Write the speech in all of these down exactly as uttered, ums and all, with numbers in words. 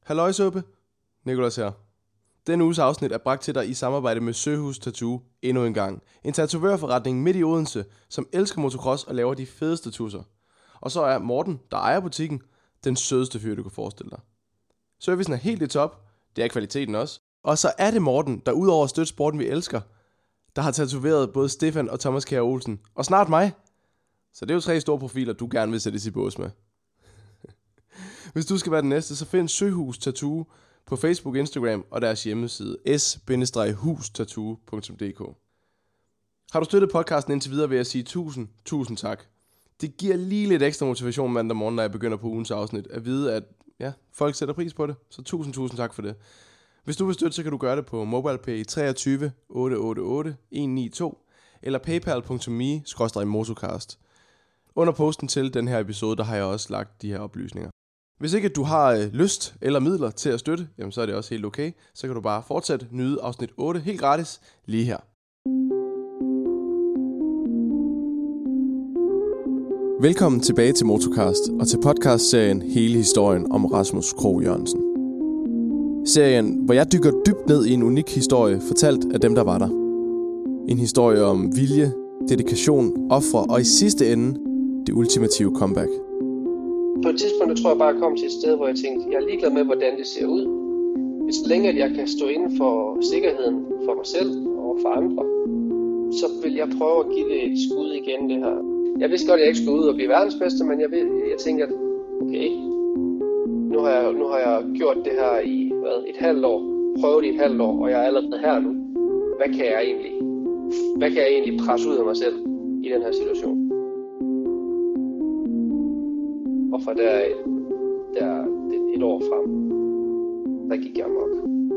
Halløj Suppe, Nicolas her. Denne uges afsnit er bragt til dig i samarbejde med Søhus Tattoo endnu en gang. En tatovørforretning midt i Odense, som elsker motocross og laver de fedeste tusser. Og så er Morten, der ejer butikken, den sødeste fyr, du kan forestille dig. Servicen er helt i top, det er kvaliteten også. Og så er det Morten, der udover at støtte sporten vi elsker, der har tatoveret både Stefan og Thomas Kjær Olsen, og snart mig. Så det er jo tre store profiler, du gerne vil sættes i bås med. Hvis du skal være den næste, så find Søhus Tattoo på Facebook, Instagram og deres hjemmeside s hus tattoo punktum d k. Har du støttet podcasten indtil videre, vil jeg sige tusind, tusind tak. Det giver lige lidt ekstra motivation mandag morgen, når jeg begynder på ugens afsnit, at vide, at ja, folk sætter pris på det. Så tusind, tusind tak for det. Hvis du vil støtte, så kan du gøre det på MobilePay treogtyve otte otte otte et ni to eller paypal punktum me skråstreg motocast. Under posten til den her episode, der har jeg også lagt de her oplysninger. Hvis ikke du har øh, lyst eller midler til at støtte, jamen så er det også helt okay. Så kan du bare fortsætte nyde afsnit otte helt gratis lige her. Velkommen tilbage til Motocast og til podcastserien Hele historien om Rasmus Krogh Jørgensen. Serien, hvor jeg dykker dybt ned i en unik historie, fortalt af dem, der var der. En historie om vilje, dedikation, ofre og i sidste ende det ultimative comeback. På et tidspunkt, der tror jeg bare, jeg kom til et sted, hvor jeg tænkte, jeg er ligeglad med, hvordan det ser ud. Hvis længe at jeg kan stå inden for sikkerheden for mig selv og for andre, så vil jeg prøve at give det et skud igen, det her. Jeg vidste godt, at jeg ikke skulle ud og blive verdensmester, men jeg, ved, jeg tænker, at okay, nu har, jeg, nu har jeg gjort det her i hvad, et halvt år, prøvet i et halvt år, og jeg er allerede her nu. Hvad kan jeg egentlig, hvad kan jeg egentlig presse ud af mig selv i den her situation? Og fra der, der et år frem, der gik jeg amok.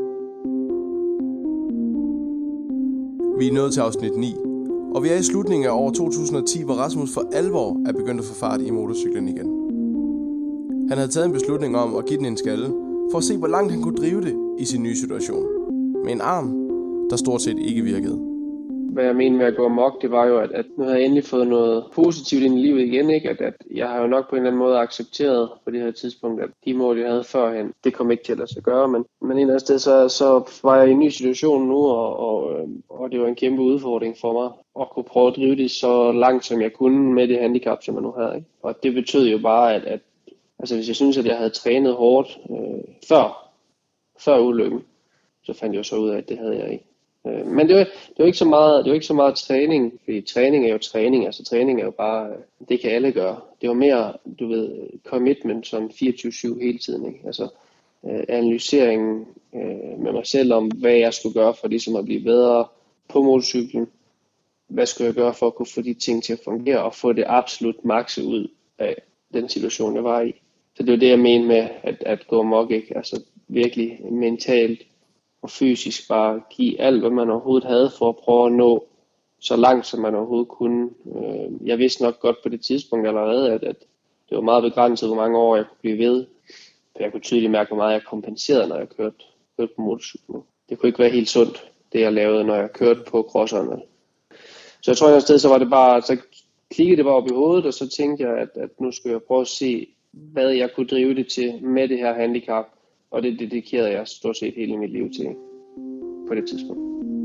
Vi er nået til afsnit ni, og vi er i slutningen af år to tusind og ti, hvor Rasmus for alvor er begyndt at få fart i motorcyklen igen. Han havde taget en beslutning om at give den en skalle, for at se hvor langt han kunne drive det i sin nye situation. Med en arm, der stort set ikke virkede. Hvad jeg mener med at gå amok, det var jo, at, at nu havde jeg endelig fået noget positivt ind i livet igen, ikke? At, at jeg har jo nok på en eller anden måde accepteret på det her tidspunkt, at de mål, jeg havde førhen, det kom ikke til at lade sig gøre, men, men en eller anden sted, så, så var jeg i en ny situation nu, og, og, og det var en kæmpe udfordring for mig, at kunne prøve at drive det så langt, som jeg kunne med det handicap, som jeg nu havde, ikke? Og det betød jo bare, at, at altså, hvis jeg synes, at jeg havde trænet hårdt øh, før, før ulykken, så fandt jeg jo så ud af, at det havde jeg ikke. Men det var, det var ikke så meget, det var ikke så meget træning, fordi træning er jo træning, altså træning er jo bare, det kan alle gøre. Det var mere, du ved, commitment sådan fireogtyve syv hele tiden, ikke? Altså øh, analyseringen øh, med mig selv om, hvad jeg skulle gøre for ligesom at blive bedre på motorcyklen. Hvad skulle jeg gøre for at kunne få de ting til at fungere og få det absolut makse ud af den situation, jeg var i. Så det var det, jeg mente med at, at gå amok, ikke? Altså virkelig mentalt og fysisk bare give alt, hvad man overhovedet havde for at prøve at nå så langt, som man overhovedet kunne. Jeg vidste nok godt på det tidspunkt allerede, at, at det var meget begrænset, hvor mange år jeg kunne blive ved. For jeg kunne tydeligt mærke, hvor meget jeg kompenserede, når jeg kørte, kørte på motorcyklen. Det kunne ikke være helt sundt, det jeg lavede, når jeg kørte på crosserne. Så jeg tror, at et sted, så var det bare, så klikkede det bare op i hovedet, og så tænkte jeg, at, at nu skulle jeg prøve at se, hvad jeg kunne drive det til med det her handicap. Og det dedikerede jeg stort set hele mit liv til på det tidspunkt.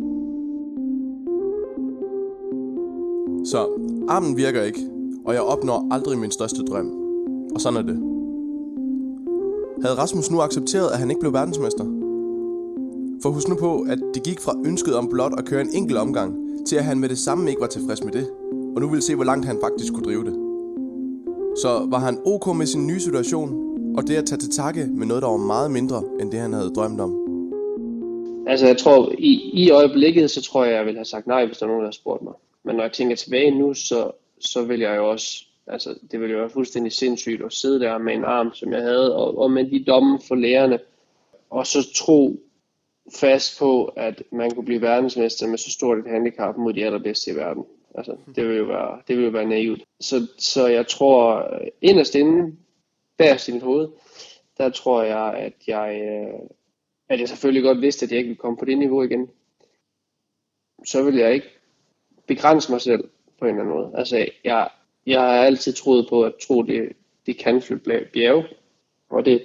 Så armen virker ikke, og jeg opnår aldrig min største drøm. Og sådan er det. Havde Rasmus nu accepteret, at han ikke blev verdensmester? For husk nu på, at det gik fra ønsket om blot at køre en enkelt omgang, til at han med det samme ikke var tilfreds med det, og nu ville se, hvor langt han faktisk kunne drive det. Så var han ok med sin nye situation, og det at tage til takke med noget, der var meget mindre, end det han havde drømt om? Altså jeg tror, i, i øjeblikket, så tror jeg, jeg ville have sagt nej, hvis der var nogen, der havde spurgt mig. Men når jeg tænker tilbage nu, så, så vil jeg jo også, altså det ville jo være fuldstændig sindssygt at sidde der med en arm, som jeg havde, og, og med de domme for lærerne, og så tro fast på, at man kunne blive verdensmester med så stort et handicap mod de allerbedste i verden. Altså det ville jo være, det ville jo være naivt. Så, så jeg tror, inderst inde, bagerst i mit hoved, der tror jeg, at jeg, at jeg selvfølgelig godt vidste, at jeg ikke ville komme på det niveau igen. Så vil jeg ikke begrænse mig selv på en eller anden måde. Altså, jeg, jeg har altid troet på, at tro det, det kan flytte bjerge. Og det,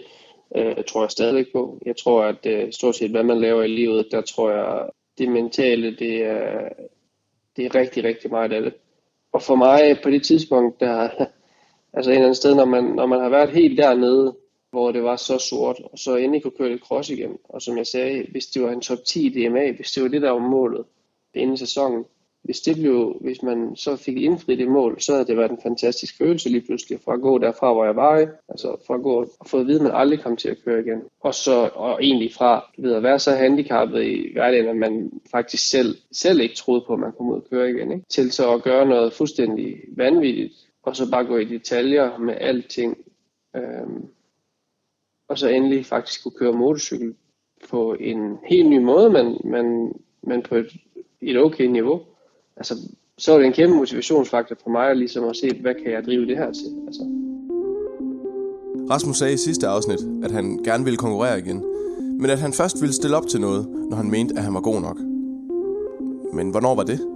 øh, tror jeg stadigvæk på. Jeg tror, at øh, stort set hvad man laver i livet, der tror jeg, det mentale, det er, det er rigtig, rigtig meget af det. Og for mig på det tidspunkt, der, altså et eller andet sted, når man, når man har været helt dernede, hvor det var så sort, og så endelig kunne køre lidt cross igen. Og som jeg sagde, hvis det var en top ti D M A, hvis det var det, der var målet inden sæsonen, hvis, det blev, hvis man så fik indfriet det mål, så havde det været en fantastisk følelse lige pludselig, fra at gå derfra, hvor jeg var i, altså fra at gå og få at vide, at man aldrig kom til at køre igen. Og så og egentlig fra ved at være så handicappet i hverdagen, at man faktisk selv, selv ikke troede på, at man kom ud og køre igen, ikke? Til så at gøre noget fuldstændig vanvittigt, og så bare gå i detaljer med alting. Øhm, og så endelig faktisk kunne køre motorcykel på en helt ny måde, men, men, men på et, et okay niveau. Altså, så er det en kæmpe motivationsfaktor for mig, ligesom at se, hvad kan jeg drive det her til. Altså. Rasmus sagde i sidste afsnit, at han gerne ville konkurrere igen, men at han først ville stille op til noget, når han mente, at han var god nok. Men hvornår var det?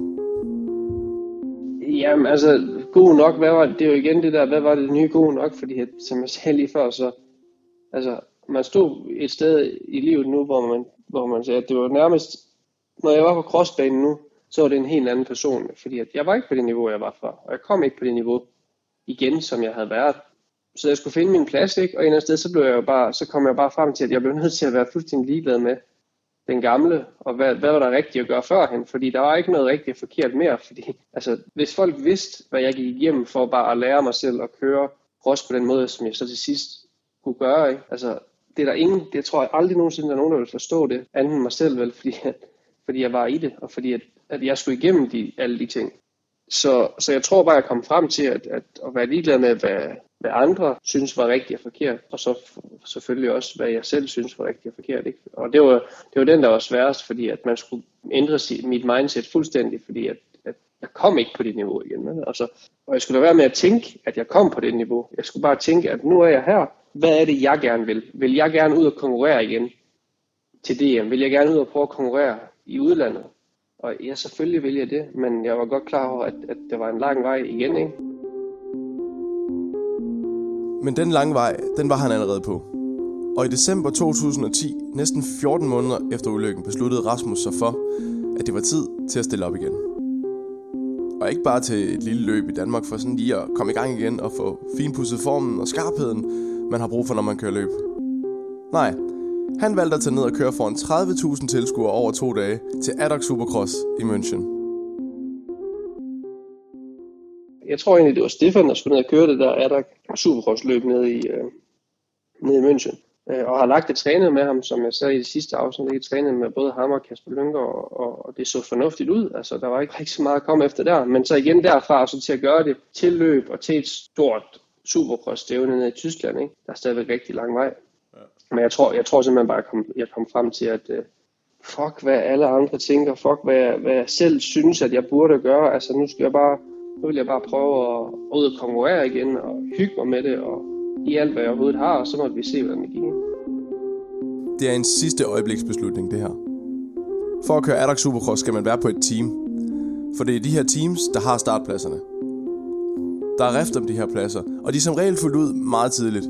Jamen altså, god nok, hvad var det? Det er jo igen det der, hvad var det nye god nok? Fordi som jeg sagde lige før, så altså, man stod et sted i livet nu, hvor man, hvor man sagde, at det var nærmest, når jeg var på crossbanen nu, så var det en helt anden person, fordi at jeg var ikke på det niveau, jeg var fra, og jeg kom ikke på det niveau igen, som jeg havde været. Så jeg skulle finde min plads, ikke? Og en eller anden sted, så, blev jeg jo bare, så kom jeg bare frem til, at jeg blev nødt til at være fuldstændig ligeglad med den gamle, og hvad, hvad var der rigtigt at gøre førhen, fordi der var ikke noget rigtigt og forkert mere, fordi altså, hvis folk vidste, hvad jeg gik igennem for bare at lære mig selv at køre cross på den måde, som jeg så til sidst kunne gøre, ikke? Altså, det er der ingen, det tror jeg aldrig nogensinde, der er nogen, der vil forstå det, anden end mig selv, vel, fordi, fordi jeg var i det, og fordi at, at jeg skulle igennem de, alle de ting. Så, så jeg tror bare, jeg kom frem til at, at, at være ligeglad med, hvad, hvad andre synes var rigtigt og forkert, og så selvfølgelig også, hvad jeg selv synes var rigtigt og forkert. Ikke? Og det var, det var den, der var sværest, fordi at man skulle ændre sit, mit mindset fuldstændig, fordi at, at jeg kom ikke på det niveau igen. Altså, og jeg skulle da være med at tænke, at jeg kom på det niveau. Jeg skulle bare tænke, at nu er jeg her. Hvad er det, jeg gerne vil? Vil jeg gerne ud og konkurrere igen til D M? Vil jeg gerne ud og prøve at konkurrere i udlandet? Og ja, selvfølgelig vil jeg det, men jeg var godt klar over, at, at det var en lang vej igen, ikke? Men den lange vej, den var han allerede på. Og i december to tusind og ti, næsten fjorten måneder efter ulykken, besluttede Rasmus sig for, at det var tid til at stille op igen. Og ikke bare til et lille løb i Danmark for sådan lige at komme i gang igen og få finpudset formen og skarpheden, man har brug for, når man kører løb. Nej, han valgte at tage ned og køre foran tredive tusind tilskuere over to dage til A D A C Supercross i München. Jeg tror egentlig, det var Stefan, der skulle ned og køre det der A D A C Supercross løb nede i, øh, nede i München. Og har lagt det trænet med ham, som jeg sagde i det sidste afsnit. Jeg trænede med både ham og Kasper Lynger, og, og, og det så fornuftigt ud. Altså, der var ikke rigtig så meget at komme efter der. Men så igen derfra, så til at gøre det til løb og til et stort Supercross-stævne nede i Tyskland, ikke? Der er stadigvæk rigtig lang vej. Ja. Men jeg tror, jeg tror simpelthen bare, at jeg kom, jeg kom frem til, at uh, fuck hvad alle andre tænker, fuck hvad jeg, hvad jeg selv synes, at jeg burde gøre. Altså nu skal jeg bare, nu vil jeg bare prøve at, at ud og konkurrere igen og hygge mig med det og i alt, hvad jeg overhovedet har, og så måtte vi se, hvordan det gik. Det er en sidste øjebliksbeslutning, det her. For at køre A D A C Supercross skal man være på et team. For det er de her teams, der har startpladserne. Der er rift om de her pladser, og de er som regel fuldt ud meget tidligt.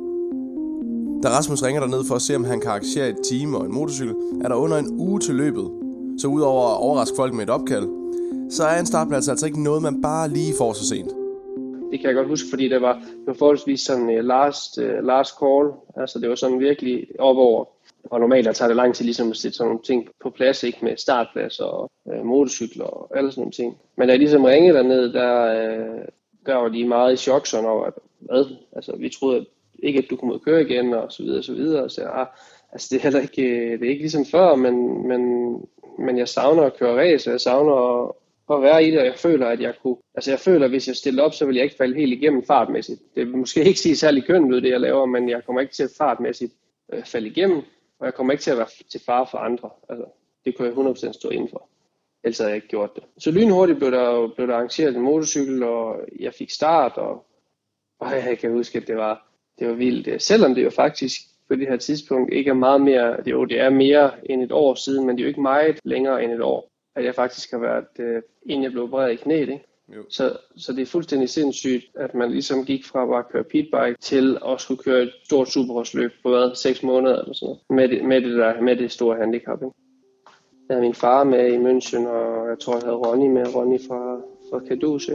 Da Rasmus ringer derned for at se, om han kan arrangere et team og en motorcykel, er der under en uge til løbet. Så udover at overraske folk med et opkald, så er en startplads altså ikke noget, man bare lige får så sent. Det kan jeg godt huske, fordi det var, det var forholdsvis sådan uh, last, uh, last call. Altså det var sådan virkelig op over. Og normalt der tager det lang tid ligesom at sætte sådan nogle ting på plads, ikke, med startplads og uh, motorcykler og alle sådan nogle ting. Men da jeg ligesom ringede derned, der, uh, der var de meget i chok sådan over, at hvad? Altså vi troede ikke, at du kunne ud køre igen og så videre og så videre. Og så ah, altså det er heller ikke, det er ikke ligesom før, men, men, men jeg savner at køre race, jeg savner at at være i det, og jeg føler, at jeg kunne, altså jeg føler, at hvis jeg stiller op, så vil jeg ikke falde helt igennem fartmæssigt. Det vil måske ikke sige særlig kønt ud, det jeg laver, men jeg kommer ikke til at fartmæssigt øh, falde igennem, og jeg kommer ikke til at være til fare for andre. Altså, det kunne jeg hundrede procent stå indenfor. Ellers havde jeg ikke gjort det. Så lynhurtigt blev der, blev der arrangeret en motorcykel, og jeg fik start, og, og jeg kan huske, at det var, det var vildt. Selvom det jo faktisk på det her tidspunkt ikke er meget mere, det, jo, det er mere end et år siden, men det er jo ikke meget længere end et år, at jeg faktisk har været, øh, inden jeg blev opereret i knæet, ikke? Jo. Så, så det er fuldstændig sindssygt, at man ligesom gik fra bare at køre pitbike til at skulle køre et stort supercrossløb på hvad, seks måneder eller sådan noget, med det, med det, der, med det store handicap. Ikke? Jeg havde min far med i München, og jeg tror, jeg havde Ronny med, Ronny fra, fra Cadus.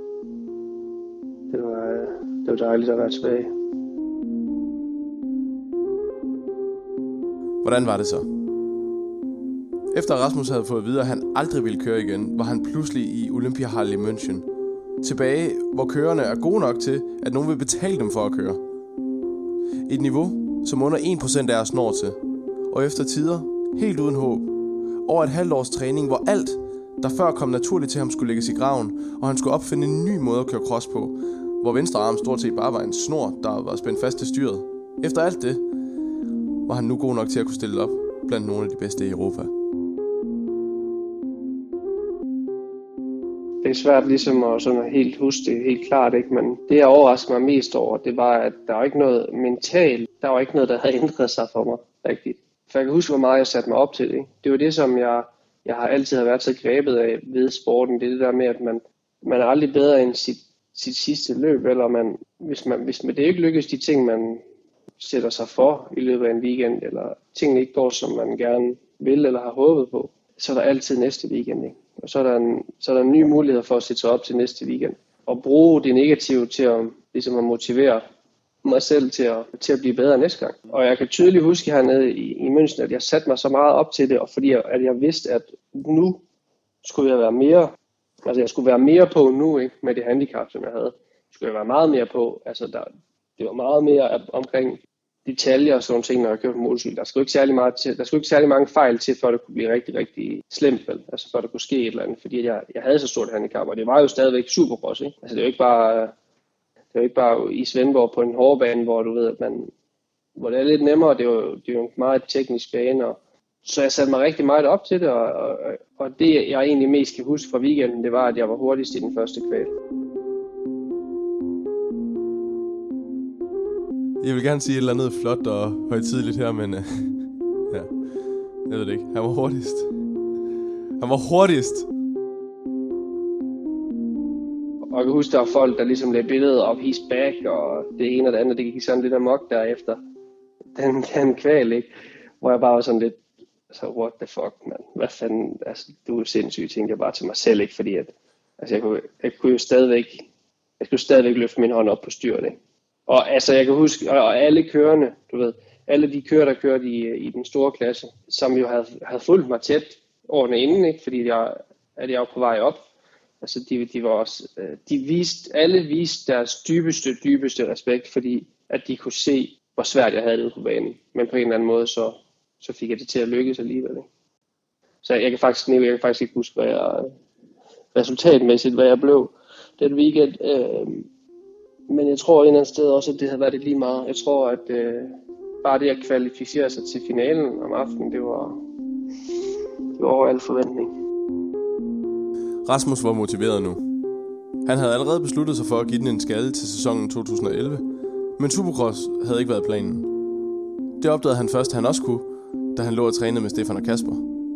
Det var, det var dejligt at være tilbage. Hvordan var det så? Efter Rasmus havde fået at vide, at han aldrig ville køre igen, var han pludselig i Olympiahall i München. Tilbage, hvor kørerne er gode nok til, at nogen vil betale dem for at køre. Et niveau, som under en procent af os når til. Og efter tider, helt uden håb. Over et halvt års træning, hvor alt, der før kom naturligt til ham, skulle lægges i graven, og han skulle opfinde en ny måde at køre cross på, hvor venstre arm stort set bare var en snor, der var spændt fast til styret. Efter alt det, var han nu god nok til at kunne stille op blandt nogle af de bedste i Europa. Det er svært ligesom at sådan helt huske det helt klart, ikke? Men det jeg overraskede mig mest over, det var, at der var ikke noget mentalt, der var ikke noget, der havde ændret sig for mig rigtigt. For jeg kan huske, hvor meget jeg satte mig op til det. Ikke? Det var det, som jeg, jeg har altid har været så grebet af ved sporten. Det er det der med, at man, man er aldrig bedre end sit, sit sidste løb, eller man, hvis, man, hvis man, det ikke lykkes de ting, man sætter sig for i løbet af en weekend, eller tingene ikke går, som man gerne vil eller har håbet på, så er der altid næste weekend. Ikke? Og så er, der en, så er der en ny mulighed for at sætte sig op til næste weekend. Og bruge det negative til at, ligesom at motivere mig selv til at, til at blive bedre næste gang. Og jeg kan tydeligt huske hernede i, i München, at jeg satte mig så meget op til det, og fordi jeg, at jeg vidste, at nu skulle jeg være mere, altså jeg skulle være mere på nu, ikke, med det handicap, som jeg havde. Skulle jeg være meget mere på, altså der, det var meget mere omkring detaljer og sådan nogle ting, når jeg kørte på motorcykel. Der skulle ikke særlig meget til, der skulle ikke særlig mange fejl til, før det kunne blive rigtig, rigtig slemt, vel? Altså før der kunne ske et eller andet, fordi jeg, jeg havde så stort handicap, og det var jo stadigvæk supercross, ikke? Altså det er jo ikke bare, det er jo ikke bare i Svendborg på en hårdbane, hvor du ved, at man, hvor det er lidt nemmere, det er jo, det er jo en meget teknisk bane, og så jeg satte mig rigtig meget op til det, og, og, og det jeg egentlig mest kan huske fra weekenden, det var, at jeg var hurtigst i den første kval. Jeg vil gerne sige et eller andet flot og højtideligt her, men uh, ja, jeg ved det ikke. Han var hurtigst. Han var hurtigst. Og jeg kan huske, der var folk, der ligesom lagde billedet op, he's back, og det ene og det andet, det gik sådan lidt amok derefter. Den, den kval, ikke? Hvor jeg bare var sådan lidt, så what the fuck, man. Hvad fanden, altså, du er sindssygt, tænkte jeg bare til mig selv, ikke? Fordi at, altså, jeg kunne, jeg kunne jo stadigvæk, jeg skulle stadigvæk løfte min hånd op på styret, ikke? Og altså, jeg kan huske, og alle kørende, du ved, alle de kører, der kørte i, i den store klasse, som jo havde, havde fulgt mig tæt årene inden, ikke? Fordi jeg, at jeg var på vej op. Altså, de, de var også, de viste, alle viste deres dybeste, dybeste respekt, fordi at de kunne se, hvor svært jeg havde det på banen. Men på en eller anden måde, så, så fik jeg det til at lykkes alligevel, ikke? Så jeg kan faktisk, jeg kan faktisk ikke huske, hvad jeg, resultatmæssigt, hvad jeg blev den weekend. Øh, Men jeg tror et eller andet sted også, at det havde været det lige meget. Jeg tror, at øh, bare det at kvalificere sig til finalen om aftenen, det var, det var over al forventning. Rasmus var motiveret nu. Han havde allerede besluttet sig for at give den en skalle til sæsonen to tusind og elleve, men Supercross havde ikke været planen. Det opdagede han først, at han også kunne, da han lå og trænede med Stefan og Kasper.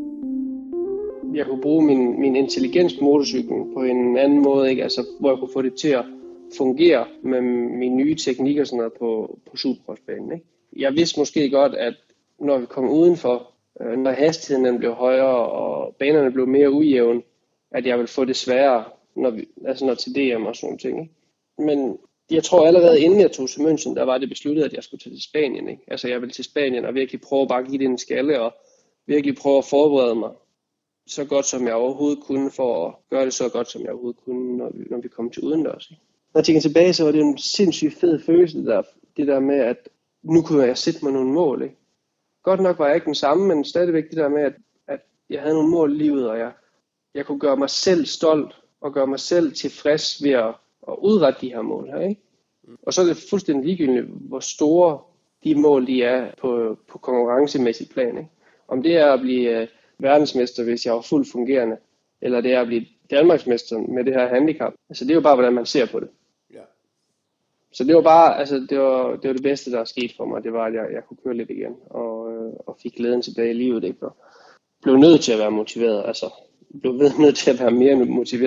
Jeg kunne bruge min, min intelligens på motorcyklen på en anden måde, ikke? Altså, hvor jeg kunne få det til at fungere med mine nye teknikker og sådan noget på, på Supercross-banen, ikke? Jeg vidste måske godt, at når vi kom udenfor, øh, når hastigheden blev højere og banerne blev mere ujævne, at jeg ville få det sværere, når vi, altså når til D M og sådan nogle ting, ikke? Men jeg tror allerede inden jeg tog til München, der var det besluttet, at jeg skulle tage til Spanien, ikke? Altså jeg ville til Spanien og virkelig prøve bare at give det en skalle og virkelig prøve at forberede mig så godt som jeg overhovedet kunne, for at gøre det så godt som jeg overhovedet kunne, når vi, når vi kom til udendørs, ikke? Når jeg tænker tilbage, så var det en sindssygt fed følelse, der, det der med, at nu kunne jeg sætte mig nogle mål, ikke? Godt nok var jeg ikke den samme, men stadigvæk det der med, at, at jeg havde nogle mål i livet, og jeg, jeg kunne gøre mig selv stolt, og gøre mig selv tilfreds ved at, at udrette de her mål her, ikke? Og så er det fuldstændig ligegyldigt, hvor store de mål de er på, på konkurrencemæssigt plan, ikke? Om det er at blive uh, verdensmester, hvis jeg var fuldt fungerende, eller det er at blive Danmarksmester med det her handicap. Altså det er jo bare, hvordan man ser på det. Ja. Så det var bare, altså det var, det var det bedste, der er sket for mig. Det var, at jeg, jeg kunne køre lidt igen, og, og fik glæden tilbage i livet, ikke? Og blev nødt til at være motiveret, altså blev nødt til at være mere motiveret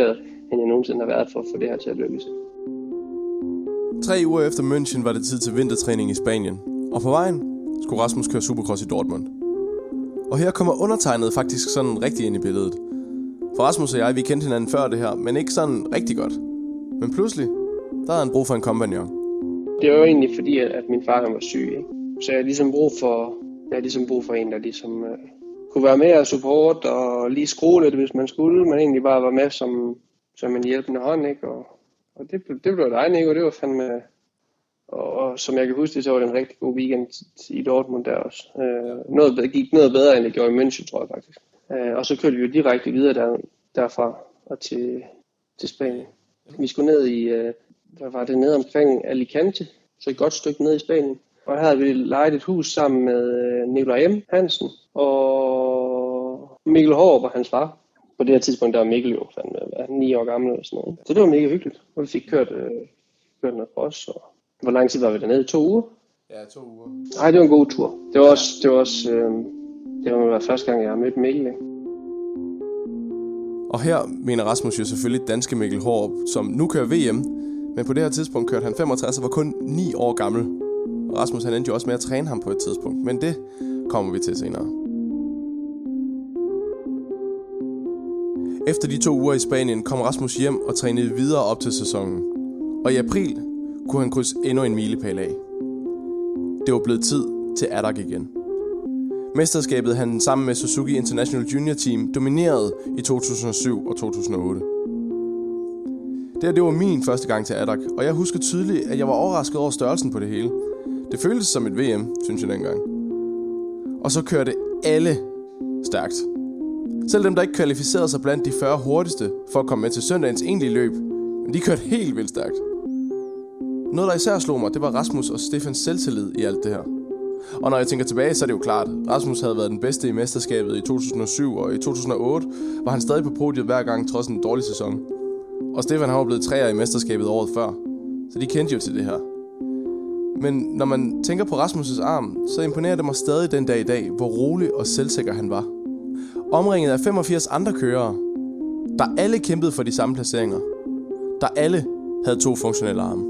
end jeg nogensinde har været for at få det her til at lykkes. Tre uger efter München var det tid til vintertræning i Spanien, og på vejen skulle Rasmus køre Supercross i Dortmund. Og her kommer undertegnet faktisk sådan rigtig ind i billedet. For Rasmus og jeg, vi kendte hinanden før det her, men ikke sådan rigtig godt. Men pludselig, der havde han brug for en kompagnon. Det var jo egentlig fordi, at min far han var syg, ikke? Så jeg havde ligesom brug for, jeg havde ligesom brug for en, der ligesom uh, kunne være med og support og lige skrue lidt, hvis man skulle, men egentlig bare var med som, som en hjælpende hånd, ikke? Og, og det, det blev dig, Nico, det var fandme... Og, og som jeg kan huske det, så var det en rigtig god weekend i Dortmund der også. Uh, noget gik noget bedre, end det gjorde i München, tror jeg faktisk. Uh, og så kørte vi jo direkte videre der, derfra og til, til Spanien. Vi skulle ned i, uh, der var det nede omkring Alicante, så et godt stykke ned i Spanien. Og her havde vi lejet et hus sammen med uh, Nikolaj M. Hansen og Mikkel Hårup og hans far. På det her tidspunkt, der var Mikkel jo fandme ni år gammel eller sådan noget. Så det var mega hyggeligt, og vi fik kørt, uh, kørt noget for os. Og hvor lang tid var vi dernede? To uger? Ja, to uger. Nej, det var en god tur. Det var også, det var også, øh, det var første gang, jeg har mødt Mikkel. Ikke? Og her mener Rasmus jo selvfølgelig danske Mikkel Hårup, som nu kører V M, men på det her tidspunkt kørte han femogtres og var kun ni år gammel. Og Rasmus han endte jo også med at træne ham på et tidspunkt, men det kommer vi til senere. Efter de to uger i Spanien kom Rasmus hjem og trænede videre op til sæsonen. Og i april kunne han krydse endnu en milepæl af. Det var blevet tid til A D A C igen. Mesterskabet han sammen med Suzuki International Junior Team dominerede i to tusind og syv og to tusind og otte. Det her, det var min første gang til A D A C, og jeg husker tydeligt, at jeg var overrasket over størrelsen på det hele. Det føltes som et V M, synes jeg dengang. Og så kørte alle stærkt. Selv dem, der ikke kvalificerede sig blandt de fyrre hurtigste for at komme med til søndagens egentlige løb, men de kørte helt vildt stærkt. Noget, der især slog mig, det var Rasmus og Stefans selvtillid i alt det her. Og når jeg tænker tilbage, så er det jo klart, Rasmus havde været den bedste i mesterskabet i to tusind og syv, og i to tusind og otte var han stadig på podiet hver gang, trods en dårlig sæson. Og Stefan har jo blevet treer i mesterskabet året før, så de kendte jo til det her. Men når man tænker på Rasmus' arm, så imponerer det mig stadig den dag i dag, hvor rolig og selvsikker han var. Omringet af femogfirs andre kørere, der alle kæmpede for de samme placeringer. Der alle havde to funktionelle arme.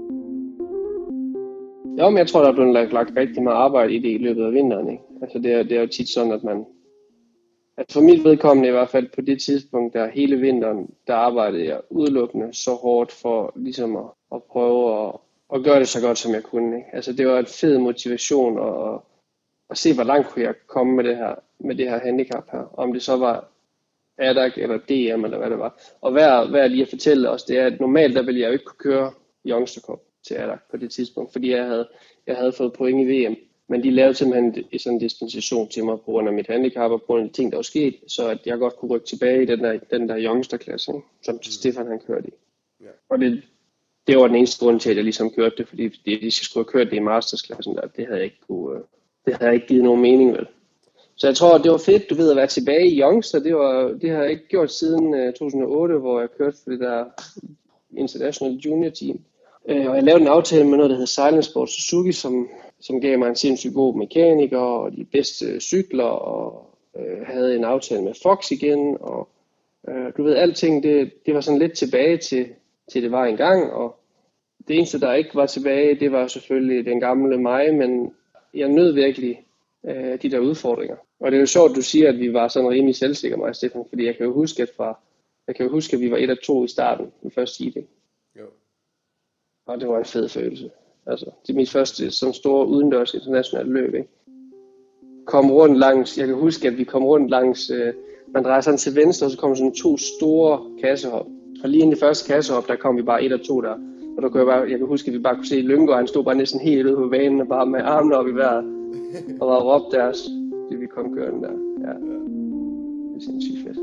Jo, men jeg tror, der er blevet lagt, lagt rigtig meget arbejde i det i løbet af vinteren. Ikke? Altså det er, det er jo tit sådan, at man... At for mit vedkommende i hvert fald på det tidspunkt, der hele vinteren, der arbejdede jeg udelukkende så hårdt for ligesom at, at prøve at, at gøre det så godt, som jeg kunne. Ikke? Altså det var en fed motivation at, at se, hvor langt kunne jeg komme med det her, med det her handicap her. Om det så var A D A C eller D M eller hvad det var. Og hvad, hvad jeg lige at fortælle os, det er, at normalt der ville jeg jo ikke kunne køre Youngster Cup til A D A C på det tidspunkt, fordi jeg havde, jeg havde fået point i V M. Men de lavede simpelthen sådan en dispensation til mig på grund af mit handicap og på grund af de ting, der var sket, så at jeg godt kunne rykke tilbage i den der, den der Youngster-klasse, ikke? Som mm. Stefan han kørte i. Yeah. Og det, det var den eneste grund til, at jeg ligesom kørte det, fordi hvis jeg skulle have kørt det i Masters-klassen, der, det havde jeg ikke kunne, det havde jeg ikke givet nogen mening vel. Så jeg tror, det var fedt, du ved, at være tilbage i Youngster. Det, var, det har jeg ikke gjort siden uh, to tusind og otte, hvor jeg kørte for det der International Junior Team. Uh, og jeg lavede en aftale med noget, der hed Silence Sport Suzuki, som, som gav mig en sindssygt god mekaniker og de bedste cykler, og uh, havde en aftale med Fox igen. Og uh, du ved, alting, det, det var sådan lidt tilbage til, til det var engang. Og det eneste, der ikke var tilbage, det var selvfølgelig den gamle mig, men jeg nød virkelig uh, de der udfordringer. Og det er jo sjovt, at du siger, at vi var sådan rimelig selvsikre, mig og Stefan, fordi jeg kan jo huske, at, fra, jeg kan jo huske, at vi var et af to i starten, i første heat. Jo. Og det var en fed følelse. Altså, det er mit første sådan store udendørs internationale løb, ikke? Kom rundt langs, jeg kan huske, at vi kom rundt langs, øh, man drejer sådan til venstre, og så kom sådan to store kassehop. Og lige inden det første kassehop, der kom vi bare et og to der. Og der kunne jeg, bare, jeg kan huske, at vi bare kunne se Lyngård, han stod bare næsten helt ude på banen, og bare med armene op i vejret. Og var råbt deres, det vi kom kørende der. Ja. Det er sindssygt fedt.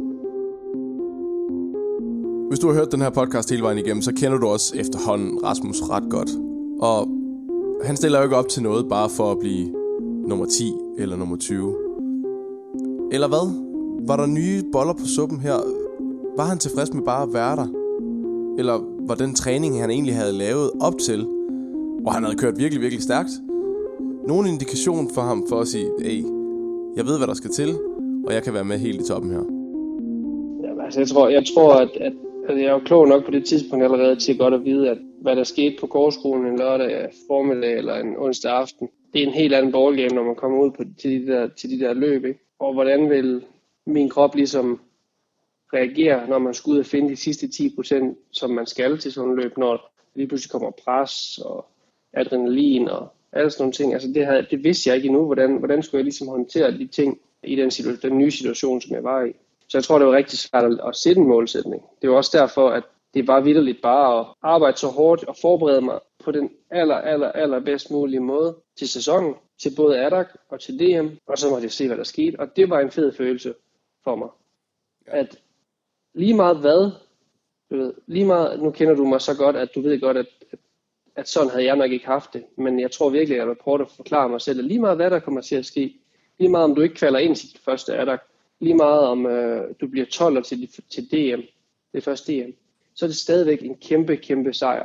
Hvis du har hørt den her podcast hele vejen igennem, så kender du også efterhånden Rasmus ret godt. Og han stiller jo ikke op til noget bare for at blive nummer ti eller nummer tyve. Eller hvad? Var der nye boller på suppen her? Var han tilfreds med bare at være der? Eller var den træning, han egentlig havde lavet op til, hvor han havde kørt virkelig, virkelig stærkt, nogen indikation for ham for at sige, hey, jeg ved, hvad der skal til, og jeg kan være med helt i toppen her? Ja, altså jeg tror, jeg tror at, at Altså, jeg er jo klog nok på det tidspunkt allerede til godt at vide, at hvad der skete på gårdskolen en lørdag formiddag eller en onsdag aften, det er en helt anden ballgame, når man kommer ud på, til, de der, til de der løb. Ikke? Og hvordan vil min krop ligesom reagere, når man skal ud og finde de sidste ti procent, som man skal til sådan en løb, når lige pludselig kommer pres og adrenalin og alle sådan nogle ting. Altså det, havde, det vidste jeg ikke endnu, hvordan, hvordan skulle jeg ligesom håndtere de ting i den, situ- den nye situation, som jeg var i. Så jeg tror, det var rigtig svært at, at sætte en målsætning. Det var også derfor, at det var vitterligt bare at arbejde så hårdt og forberede mig på den aller, aller, aller bedst mulige måde til sæsonen, til både A D A C og til D M, og så måtte jeg se, hvad der skete. Og det var en fed følelse for mig. At lige meget hvad, du ved, lige meget, nu kender du mig så godt, at du ved godt, at, at, at sådan havde jeg nok ikke haft det. Men jeg tror virkelig, at jeg vil prøve at forklare mig selv, at lige meget hvad der kommer til at ske, lige meget om du ikke kvalder ind til dit første A D A C, lige meget om øh, du bliver tolver til, til D M, det første D M, så er det stadigvæk en kæmpe, kæmpe sejr.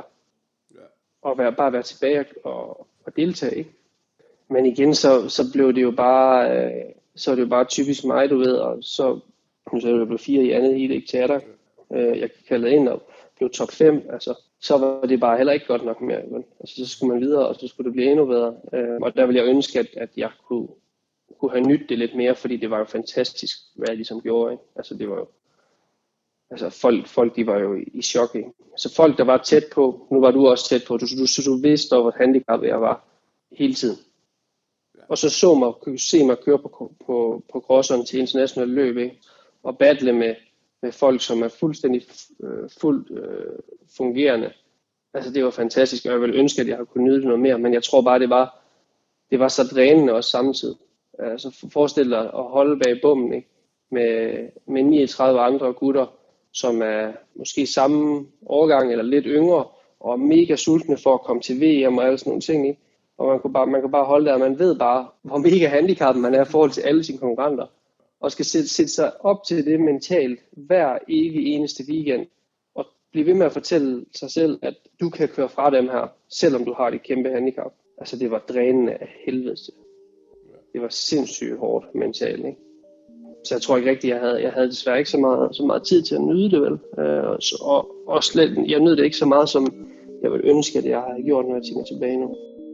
Ja. At være, bare være tilbage og, og deltage, ikke? Men igen, så, så blev det jo bare, øh, så er det jo bare typisk mig, du ved, og så, nu så er det blevet fire i andet heat, ikke til A D A C. Øh, jeg kaldte ind og blev top fem, altså, så var det bare heller ikke godt nok mere. Men, altså, så skulle man videre, og så skulle det blive endnu bedre. Øh, og der ville jeg ønske, at, at jeg kunne, kunne have nydt det lidt mere, fordi det var jo fantastisk, hvad jeg ligesom gjorde. Ikke? Altså, det var jo, altså folk, folk de var jo i, i chok. Ikke? Så folk, der var tæt på, nu var du også tæt på, du, du, du, du vidste, hvor handicappet jeg var hele tiden. Og så så mig, kunne se mig køre på, på, på crosseren til internationale løb, ikke? Og battle med, med folk, som er fuldstændig øh, fuldt øh, fungerende. Altså det var fantastisk, og jeg ville ønske, at jeg kunne nyde det noget mere, men jeg tror bare, det var, det var så drænende også samtidig. Altså forestil dig at holde bag bommen, ikke? Med, med niogtredive andre gutter, som er måske samme årgang eller lidt yngre, og mega sultne for at komme til V M og alle sådan nogle ting, ikke? Og man kan bare, man kan bare holde der, og man ved bare, hvor mega handicappet man er i forhold til alle sine konkurrenter. Og skal sætte, sætte sig op til det mentalt hver evig eneste weekend. Og blive ved med at fortælle sig selv, at du kan køre fra dem her, selvom du har det kæmpe handicap. Altså det var drænende af helvede. Det var sindssygt hårdt mentalt, ikke? Så jeg tror ikke rigtigt, jeg havde, jeg havde desværre ikke så meget, så meget tid til at nyde det, vel. Øh, og, og, og slet, jeg nød det ikke så meget, som jeg ville ønske, at jeg havde gjort, når jeg tænker tilbage nu.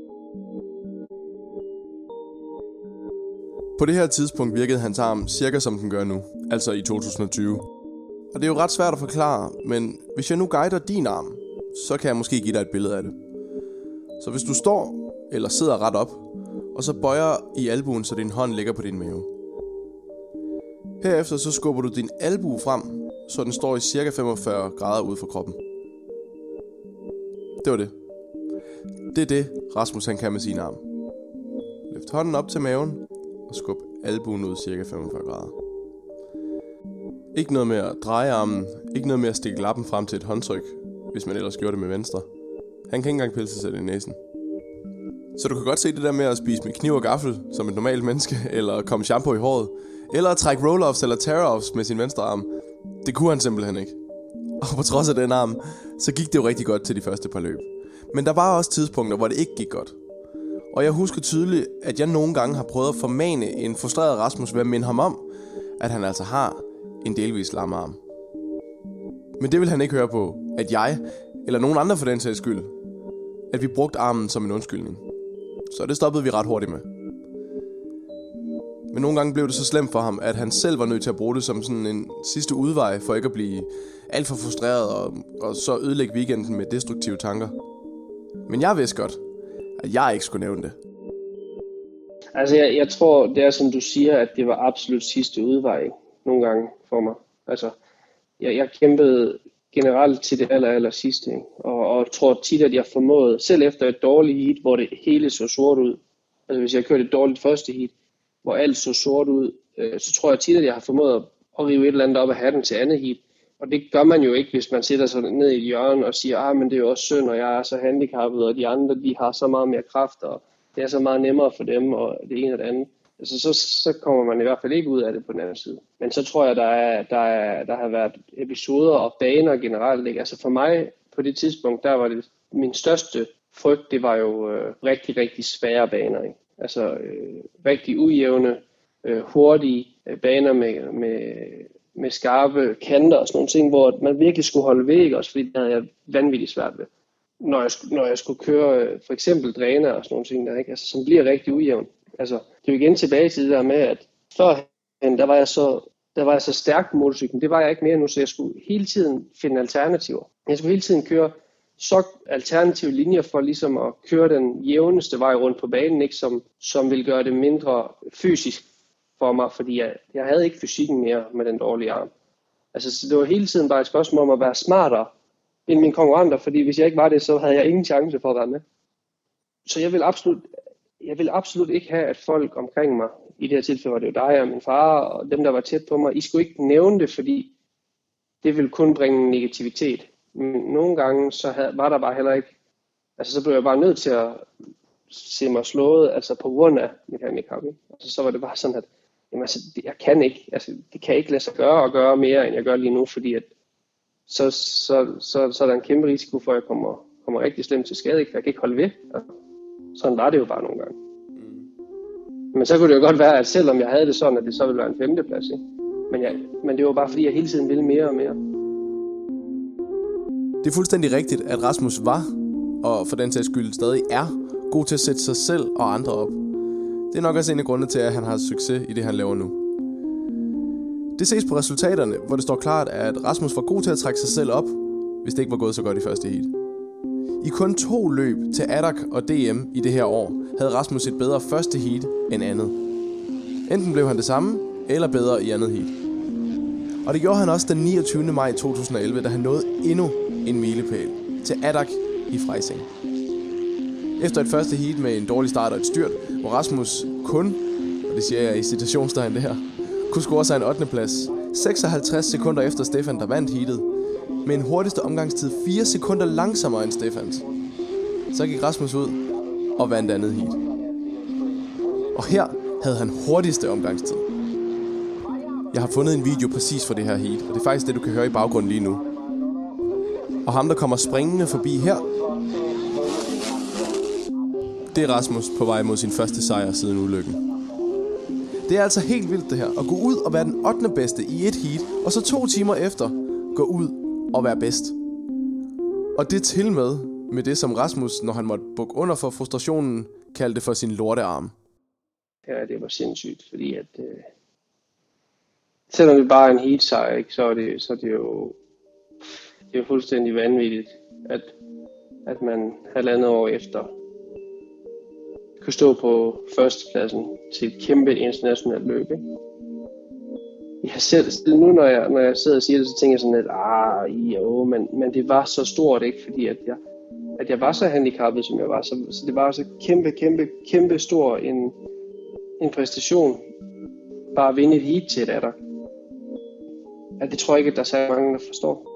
På det her tidspunkt virkede hans arm cirka som den gør nu, altså i to tusind og tyve. Og det er jo ret svært at forklare, men hvis jeg nu guider din arm, så kan jeg måske give dig et billede af det. Så hvis du står eller sidder ret op, og så bøjer i albuen, så din hånd ligger på din mave. Herefter så skubber du din albue frem, så den står i cirka femogfyrre grader ude for kroppen. Det var det. Det er det, Rasmus han kan med sin arm. Løft hånden op til maven, og skub albuen ud cirka femogfyrre grader. Ikke noget med at dreje armen, ikke noget med at stikke lappen frem til et håndtryk, hvis man ellers gjorde det med venstre. Han kan ikke engang pille sig selv i næsen. Så du kan godt se det der med at spise med kniv og gaffel, som et normalt menneske, eller komme shampoo i håret, eller at trække roll-offs eller tear-offs med sin venstre arm. Det kunne han simpelthen ikke. Og på trods af den arm, så gik det jo rigtig godt til de første par løb. Men der var også tidspunkter, hvor det ikke gik godt. Og jeg husker tydeligt, at jeg nogle gange har prøvet at formane en frustreret Rasmus ved at minde ham om, at han altså har en delvis lam arm. Men det vil han ikke høre på, at jeg, eller nogen andre for den sags skyld, at vi brugte armen som en undskyldning. Så det stoppede vi ret hurtigt med. Men nogle gange blev det så slemt for ham, at han selv var nødt til at bruge det som sådan en sidste udvej for ikke at blive alt for frustreret og, og så ødelægge weekenden med destruktive tanker. Men jeg vidste godt, at jeg ikke skulle nævne det. Altså jeg, jeg tror, det er som du siger, at det var absolut sidste udvej nogle gange for mig. Altså jeg, jeg kæmpede generelt til det aller, aller sidste, ikke? Og, og tror tit, at jeg formåede, selv efter et dårligt heat, hvor det hele så sort ud, altså hvis jeg kørte et dårligt første heat, hvor alt så sort ud, øh, så tror jeg tit, at jeg har formået at, at rive et eller andet op af hatten til andet heat. Og det gør man jo ikke, hvis man sætter sig ned i et hjørne og siger, ah, men det er jo også synd, og jeg er så handicappet, og de andre, de har så meget mere kraft, og det er så meget nemmere for dem, og det ene og det andet. Altså, så, så kommer man i hvert fald ikke ud af det på den anden side. Men så tror jeg, der, er, der, er, der har været episoder og baner generelt. Ikke? Altså for mig på det tidspunkt, der var det min største frygt, det var jo øh, rigtig, rigtig svære baner. Ikke? Altså øh, rigtig ujævne, øh, hurtige øh, baner med, med med skarpe kanter og sådan nogle ting, hvor man virkelig skulle holde væk også, fordi det havde jeg vanvittigt svært ved. Når jeg, når jeg skulle køre for eksempel dræner og sådan nogle ting, der, ikke? Altså, som bliver rigtig ujævn. Altså, det er jo igen tilbage til det der med, at førhen, der var jeg så, der var jeg så stærk på motorcyklen. Det var jeg ikke mere nu, så jeg skulle hele tiden finde alternativer. Jeg skulle hele tiden køre så alternative linjer for ligesom at køre den jævneste vej rundt på banen, ikke? Som, som ville gøre det mindre fysisk for mig, fordi jeg, jeg havde ikke fysikken mere med den dårlige arm. Altså, så det var hele tiden bare et spørgsmål om at være smartere end mine konkurrenter, fordi hvis jeg ikke var det, så havde jeg ingen chance for at være med. Så jeg vil absolut, jeg vil absolut ikke have, at folk omkring mig, i det her tilfælde var det jo dig og min far, og dem, der var tæt på mig, I skulle ikke nævne det, fordi det ville kun bringe negativitet. Men nogle gange, så havde, var der bare heller ikke, altså så blev jeg bare nødt til at se mig slået, altså på grund af mit handicap. Altså, så var det bare sådan, at jamen, altså, jeg kan ikke, altså, det kan ikke lade sig gøre og gøre mere, end jeg gør lige nu, fordi at, så, så, så, så er der en kæmpe risiko for, at jeg kommer, kommer rigtig slemt til skade, ikke? Jeg kan ikke holde ved. Altså, sådan var det jo bare nogle gange. Men så kunne det jo godt være, at selvom jeg havde det sådan, at det så ville være en femteplads, ikke? Men, jeg, men det var bare fordi, jeg hele tiden ville mere og mere. Det er fuldstændig rigtigt, at Rasmus var, og for den sags skyld stadig er, god til at sætte sig selv og andre op. Det er nok også en af grundene til, at han har succes i det, han laver nu. Det ses på resultaterne, hvor det står klart, at Rasmus var god til at trække sig selv op, hvis det ikke var gået så godt i første heat. I kun to løb til A D A C og D M i det her år, havde Rasmus et bedre første heat end andet. Enten blev han det samme, eller bedre i andet heat. Og det gjorde han også den niogtyvende maj to tusind og elleve, da han nåede endnu en milepæl til A D A C i Freising. Efter et første heat med en dårlig start og et styrt, hvor Rasmus kun, og det siger jeg i citationstegn det her, kunne score sig en ottende plads, seksoghalvtreds sekunder efter Stefan, der vandt heatet, med en hurtigste omgangstid fire sekunder langsommere end Stefans. Så gik Rasmus ud og vandt andet heat. Og her havde han hurtigste omgangstid. Jeg har fundet en video præcis for det her heat, og det er faktisk det, du kan høre i baggrunden lige nu. Og ham, der kommer springende forbi her, det er Rasmus på vej mod sin første sejr siden ulykken. Det er altså helt vildt det her, at gå ud og være den ottende bedste i et heat, og så to timer efter gå ud og være bedst. Og det til med med det, som Rasmus, når han måtte bukke under for frustrationen, kaldte for sin lortearm. Ja, det var sindssygt, fordi at øh, selvom det bare er en heat sejr, ikke, så er det, så er det jo det er jo fuldstændig vanvittigt, at, at man halvandet år efter kunne stå på førstepladsen til et kæmpe internationalt løb. Ikke? Jeg selv, nu når jeg, når jeg sidder og siger det, så tænker jeg sådan lidt, ah, jo, men, men det var så stort, ikke, fordi at jeg, at jeg var så handicappet, som jeg var, så, så det var så kæmpe, kæmpe, kæmpe stor en, en præstation, bare at vinde et heat til et A D A C. At det tror jeg ikke, at der er så mange, der forstår.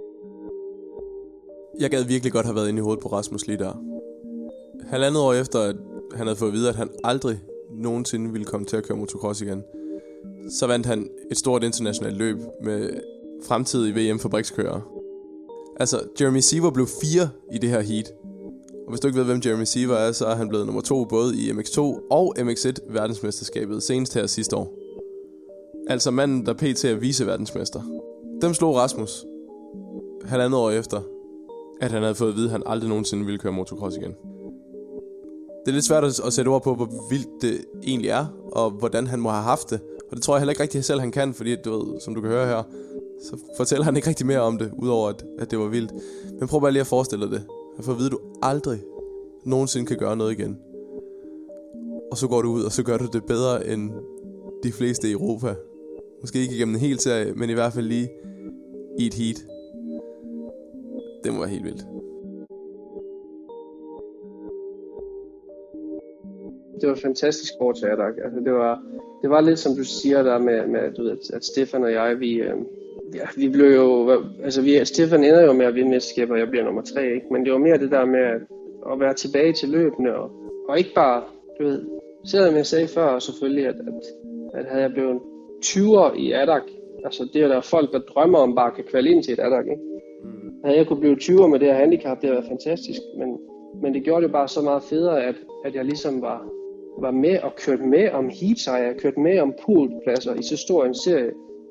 Jeg gad virkelig godt have været inde i hovedet på Rasmus lige der. Halvandet år efter, at han havde fået at vide, at han aldrig nogensinde ville komme til at køre motocross igen, så vandt han et stort internationalt løb med fremtidige V M-fabrikskørere. Altså, Jeremy Seever blev fire i det her heat. Og hvis du ikke ved, hvem Jeremy Seever er, så er han blevet nummer to både i M X to og M X et verdensmesterskabet senest her sidste år. Altså manden, der pt. Er viceverdensmester. Dem slog Rasmus halvandet år efter, at han havde fået at vide, at han aldrig nogensinde ville køre motocross igen. Det er lidt svært at sætte ord på, hvor vildt det egentlig er, og hvordan han må have haft det. Og det tror jeg heller ikke rigtig selv, han kan, fordi du ved, som du kan høre her, så fortæller han ikke rigtig mere om det, udover at, at det var vildt. Men prøv bare lige at forestille dig det. At få at vide, at du aldrig nogensinde kan gøre noget igen. Og så går du ud, og så gør du det bedre end de fleste i Europa. Måske ikke igennem en hel serie, men i hvert fald lige i et heat. Det må være helt vildt. Det var fantastisk sport til A D A C. Altså, det var, det var lidt som du siger der med, med du ved, at Stefan og jeg, vi, øh, ja, vi blev jo, altså vi, Stefan ender jo med at vinde mesterskaber, og jeg bliver nummer tre, ikke? Men det var mere det der med at, at være tilbage til løbende, og, og ikke bare, du ved, selvom jeg sagde før selvfølgelig, at, at, at havde jeg blevet tyver i A D A C, altså det er der folk, der drømmer om bare kan kvalde ind til et A D A C, ikke? Havde jeg kunne blive tyver med det her handicap, det havde været fantastisk, men, men det gjorde det bare så meget federe, at, at jeg ligesom var, var med og kørte med om heatsejre, jeg kørte med om poolpladser i så stor en serie.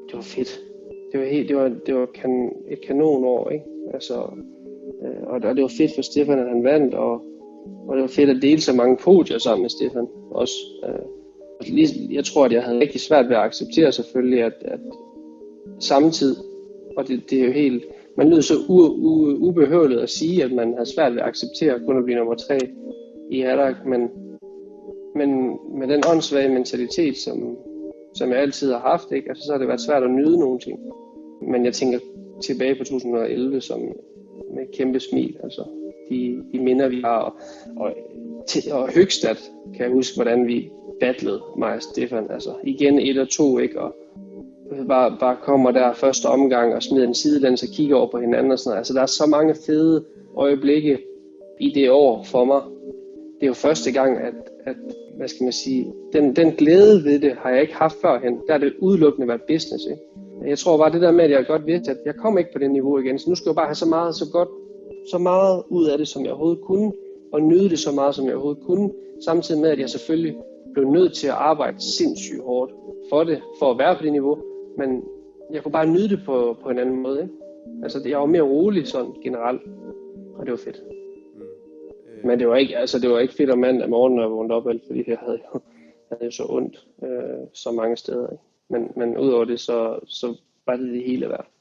det var fedt. Det var helt, det var, det var kan, et kanonår, ikke? Altså, øh, og, og det var fedt for Stefan, at han vandt, og, og det var fedt at dele så mange podier sammen med Stefan også. Øh, jeg tror, at jeg havde rigtig svært ved at acceptere selvfølgelig, at, at samtidig, og det, det er jo helt, man lyder så u, u, ubehøveligt at sige, at man havde svært ved at acceptere kun at blive nummer tre i Hadak, men, men med den åndssvage mentalitet, som, som jeg altid har haft, ikke? Altså, så har det været svært at nyde nogle ting. Men jeg tænker tilbage på to tusind og elleve som med et kæmpe smil, altså de, de minder vi har, og, og, og Høgstad kan jeg huske, hvordan vi battlede mig og Stefan, altså igen et og to, ikke? Og bare, bare kommer der første omgang og smider en sidelæns og kigger over på hinanden og sådan noget. Altså der er så mange fede øjeblikke i det år for mig. Det er jo første gang, at, at hvad skal man sige, den, den glæde ved det har jeg ikke haft førhen. Der er det udelukkende været business, ikke? Jeg tror bare det der med, at jeg godt vidste, at jeg kommer ikke på det niveau igen, så nu skal jeg bare have så meget, så godt, så meget ud af det, som jeg overhovedet kunne, og nyde det så meget, som jeg overhovedet kunne, samtidig med, at jeg selvfølgelig blev nødt til at arbejde sindssygt hårdt for det, for at være på det niveau, men jeg kunne bare nyde det på, på en anden måde, ikke? Altså jeg var mere rolig sådan generelt, og det var fedt. Mm. Øh. Men det var ikke, altså det var ikke fedt om mandag morgen, når jeg vågnede op, fordi jeg havde jo, havde jo så ondt øh, så mange steder, ikke? Men, men udover det, så, så var det det hele værd.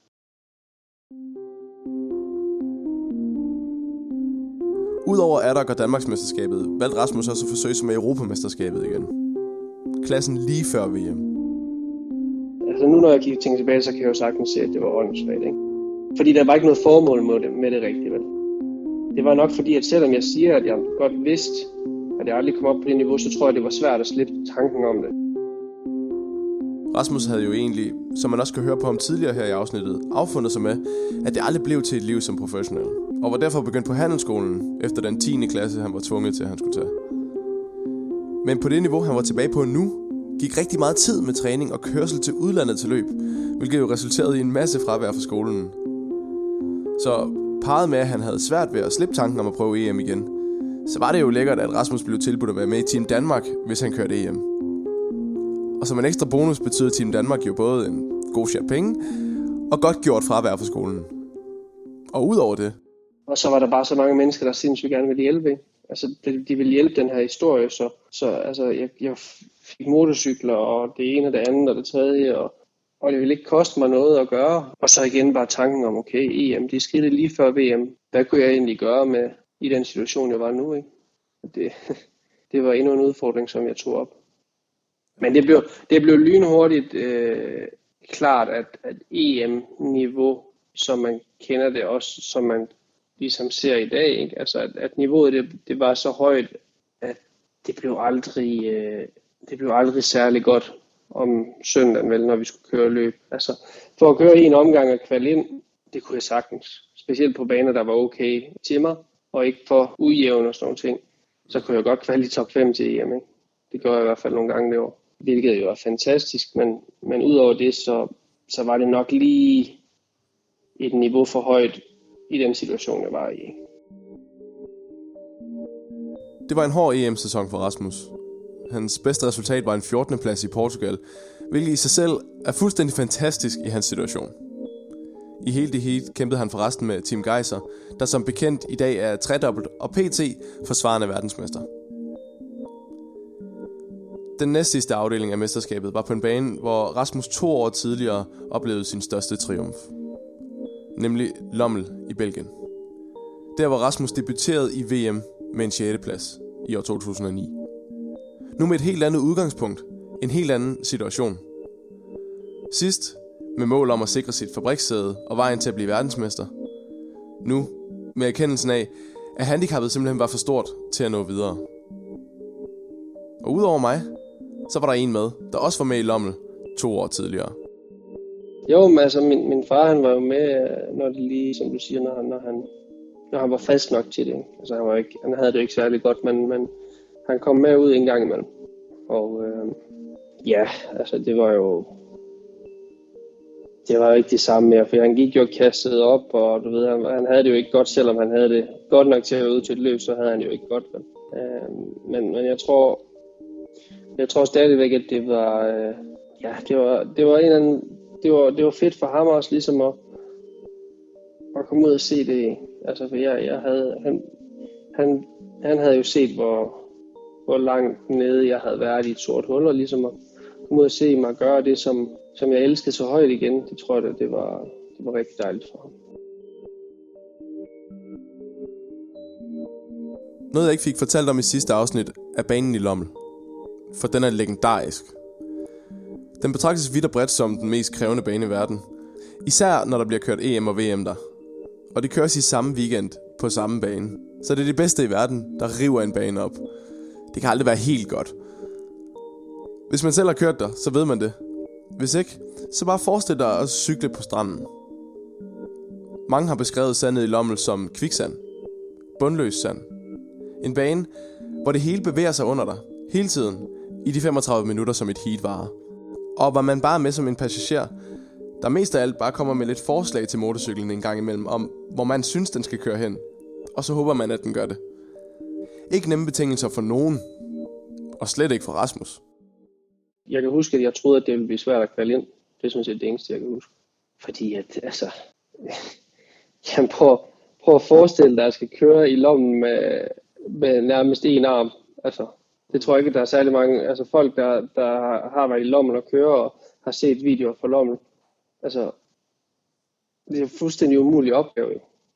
Udover Hadak og Danmarksmesterskabet, valgte Rasmus også at forsøge sig med Europamesterskabet igen. Klassen lige før V M. Altså nu når jeg kigger ting tilbage, så kan jeg jo sagtens se, at det var åndssvagt, ikke? Fordi der var ikke noget formål med det, med det rigtige, vel? Det var nok fordi, at selvom jeg siger, at jeg godt vidste, at jeg aldrig kom op på det niveau, så tror jeg, det var svært at slippe tanken om det. Rasmus havde jo egentlig, som man også kan høre på ham tidligere her i afsnittet, affundet sig med, at det aldrig blev til et liv som professionel, og var derfor begyndt på handelsskolen efter den tiende klasse, han var tvunget til, at han skulle tage. Men på det niveau, han var tilbage på nu, gik rigtig meget tid med træning og kørsel til udlandet til løb, hvilket jo resulterede i en masse fravær fra skolen. Så parret med, at han havde svært ved at slippe tanken om at prøve E M igen, så var det jo lækkert, at Rasmus blev tilbudt at være med i Team Danmark, hvis han kørte E M. Og som en ekstra bonus betyder Team Danmark jo både en god chat penge og godt gjort fravær fra skolen. Og udover det. Og så var der bare så mange mennesker, der sindssygt gerne ville hjælpe, ikke? Altså de, de ville hjælpe den her historie, så, så altså, jeg, jeg fik motorcykler og det ene og det andet og det tredje, og, og det ville ikke koste mig noget at gøre. Og så igen bare tanken om, okay, E M, de skridte lige før V M. Hvad kunne jeg egentlig gøre med i den situation, jeg var nu, ikke? Det, det var endnu en udfordring, som jeg tog op. Men det blev, det blev lynhurtigt øh, klart, at, at E M-niveau, som man kender det også, som man ligesom ser i dag, ikke? Altså at, at niveauet det, det var så højt, at det blev aldrig, øh, det blev aldrig særlig godt om søndagen, vel, når vi skulle køre løb. Altså for at køre en omgang og kvalde ind, det kunne jeg sagtens. Specielt på baner, der var okay til mig, og ikke for ujævne og sådan nogle ting, så kunne jeg godt kvalde i top fem til E M, ikke? Det gjorde jeg i hvert fald nogle gange det år. Hvilket jo er fantastisk, men, men udover det, så, så var det nok lige et niveau for højt i den situation, jeg var i. Det var en hård E M-sæson for Rasmus. Hans bedste resultat var en fjortende plads i Portugal, hvilket i sig selv er fuldstændig fantastisk i hans situation. I hele det heat kæmpede han forresten med Team Geiser, der som bekendt i dag er tredobbelt og P T forsvarende verdensmester. Den næstsidste afdeling af mesterskabet var på en bane, hvor Rasmus to år tidligere oplevede sin største triumf. Nemlig Lommel i Belgien. Der var Rasmus debuteret i V M med en sjette plads i år to tusind og ni. Nu med et helt andet udgangspunkt, en helt anden situation. Sidst med mål om at sikre sit fabrikssæde og vejen til at blive verdensmester. Nu med erkendelsen af, at handicappet simpelthen var for stort til at nå videre. Og udover mig, så var der en med, der også var med i Lommel to år tidligere. Jo, men altså min, min far, han var jo med, når det lige, som du siger, når han, når han, når han var fast nok til det. Altså han, var ikke, han havde det jo ikke særlig godt, men, men han kom med ud en gang imellem. Og øh, ja, altså det var jo, det var jo ikke det samme mere, for han gik jo kastet op, og du ved, han, han havde det jo ikke godt, selvom han havde det godt nok til at være ude til et løb, så havde han jo ikke godt. Øh, men, men jeg tror, Jeg tror stadigvæk, at det var, øh, ja, det var, det var en eller anden det var, det var fedt for ham også ligesom at, at komme ud og se det. Altså for jeg, jeg havde, han, han, han havde jo set, hvor, hvor langt nede jeg havde været i et sort hul, og ligesom at komme ud og se mig gøre det, som, som jeg elskede så højt igen. Det tror jeg, det var, det var rigtig dejligt for ham. Noget jeg ikke fik fortalt om i sidste afsnit er banen i Lommel. For den er legendarisk. Den betragtes vidt og bredt som den mest krævende bane i verden. Især når der bliver kørt E M og V M der. Og det køres i samme weekend på samme bane. Så det er de bedste i verden, der river en bane op. Det kan aldrig være helt godt. Hvis man selv har kørt der, så ved man det. Hvis ikke, så bare forestil dig at cykle på stranden. Mange har beskrevet sandet i Lommel som kviksand. Bundløs sand. En bane, hvor det hele bevæger sig under dig, hele tiden, i de femogtredive minutter, som et heat varer. Og hvor man bare er med som en passager, der mest af alt bare kommer med lidt forslag til motorcyklen en gang imellem, om hvor man synes, den skal køre hen. Og så håber man, at den gør det. Ikke nemme betingelser for nogen, og slet ikke for Rasmus. Jeg kan huske, at jeg troede, at det ville blive svært at kvalde ind. Det er sådan set det eneste, jeg kan huske. Fordi at, altså... Jamen, prøv, prøv at forestille dig, at jeg skal køre i Lommen med, med nærmest en arm. Altså, det tror jeg ikke, at der er særlig mange... Altså, folk, der, der har været i Lommen og kører og har set videoer fra Lommen. Altså, det er en fuldstændig umulig opgave.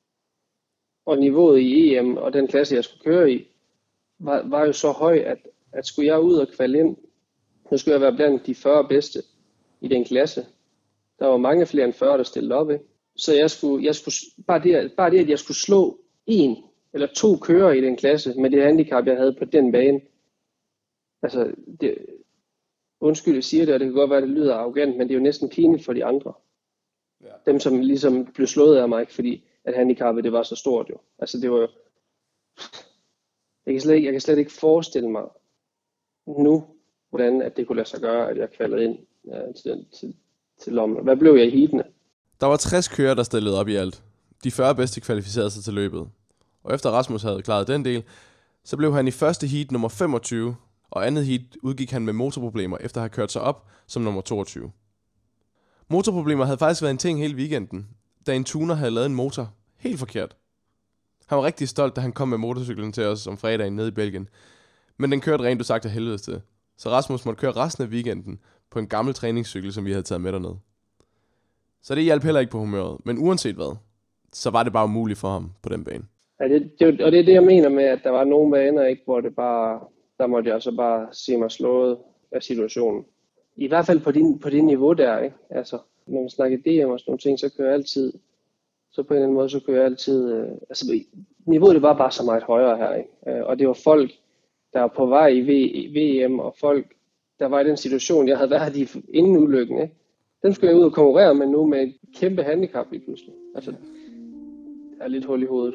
Og niveauet i E M og den klasse, jeg skulle køre i, var, var jo så høj, at, at skulle jeg ud og kvalde ind, så skulle jeg være blandt de fyrre bedste i den klasse. Der var mange flere end fyrre, der stillede op, ikke? Så jeg skulle, jeg skulle bare, det, bare det, at jeg skulle slå en eller to kører i den klasse, med det handicap, jeg havde på den bane. Altså, det, undskyld, jeg siger det, og det kan godt være, at det lyder arrogant, men det er jo næsten pinligt for de andre. Ja. Dem, som ligesom blev slået af mig, fordi at handicappet, det var så stort jo. Altså, det var jo... Jeg kan slet ikke, jeg kan slet ikke forestille mig nu, hvordan at det kunne lade sig gøre, at jeg kvalede ind ja, til, til, til Lommel. Hvad blev jeg i heatene? Der var tres kører, der stillede op i alt. De fyrre bedste kvalificerede sig til løbet. Og efter Rasmus havde klaret den del, så blev han i første heat nummer femogtyve, og andet heat udgik han med motorproblemer, efter at have kørt sig op som nummer toogtyve. Motorproblemer havde faktisk været en ting hele weekenden, da en tuner havde lavet en motor helt forkert. Han var rigtig stolt, da han kom med motorcyklen til os om fredagen nede i Belgien. Men den kørte rent du sagt af helvede til. Så Rasmus måtte køre resten af weekenden på en gammel træningscykel, som vi havde taget med dernede. Så det hjalp heller ikke på humøret. Men uanset hvad, så var det bare umuligt for ham på den bane. Ja, det, det, og det er det, jeg mener med, at der var nogle baner, ikke, hvor det bare, der måtte jeg så bare se mig slået af situationen. I hvert fald på det på din niveau der, ikke? Altså, når man snakker D M og sådan nogle ting, så kører jeg altid, så på en eller anden måde, så kører jeg altid, øh, altså niveauet det var bare så meget højere her, ikke? Øh, og det var folk, der var på vej i, v, i V M, og folk, der var i den situation, jeg havde været i inden ulykken, ikke? Den skulle jeg ud og konkurrere med nu med et kæmpe handicap lige pludselig. Altså, det er lidt hul i hovedet.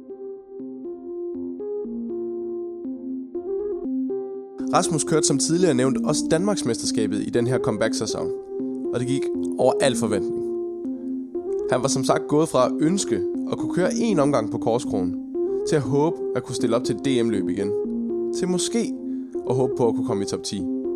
Rasmus kørte som tidligere nævnt også Danmarksmesterskabet i den her comeback-sæson, og det gik over al forventning. Han var som sagt gået fra at ønske at kunne køre en omgang på Korskronen, til at håbe at kunne stille op til et D M-løb igen, til måske at håbe på at kunne komme i top ti.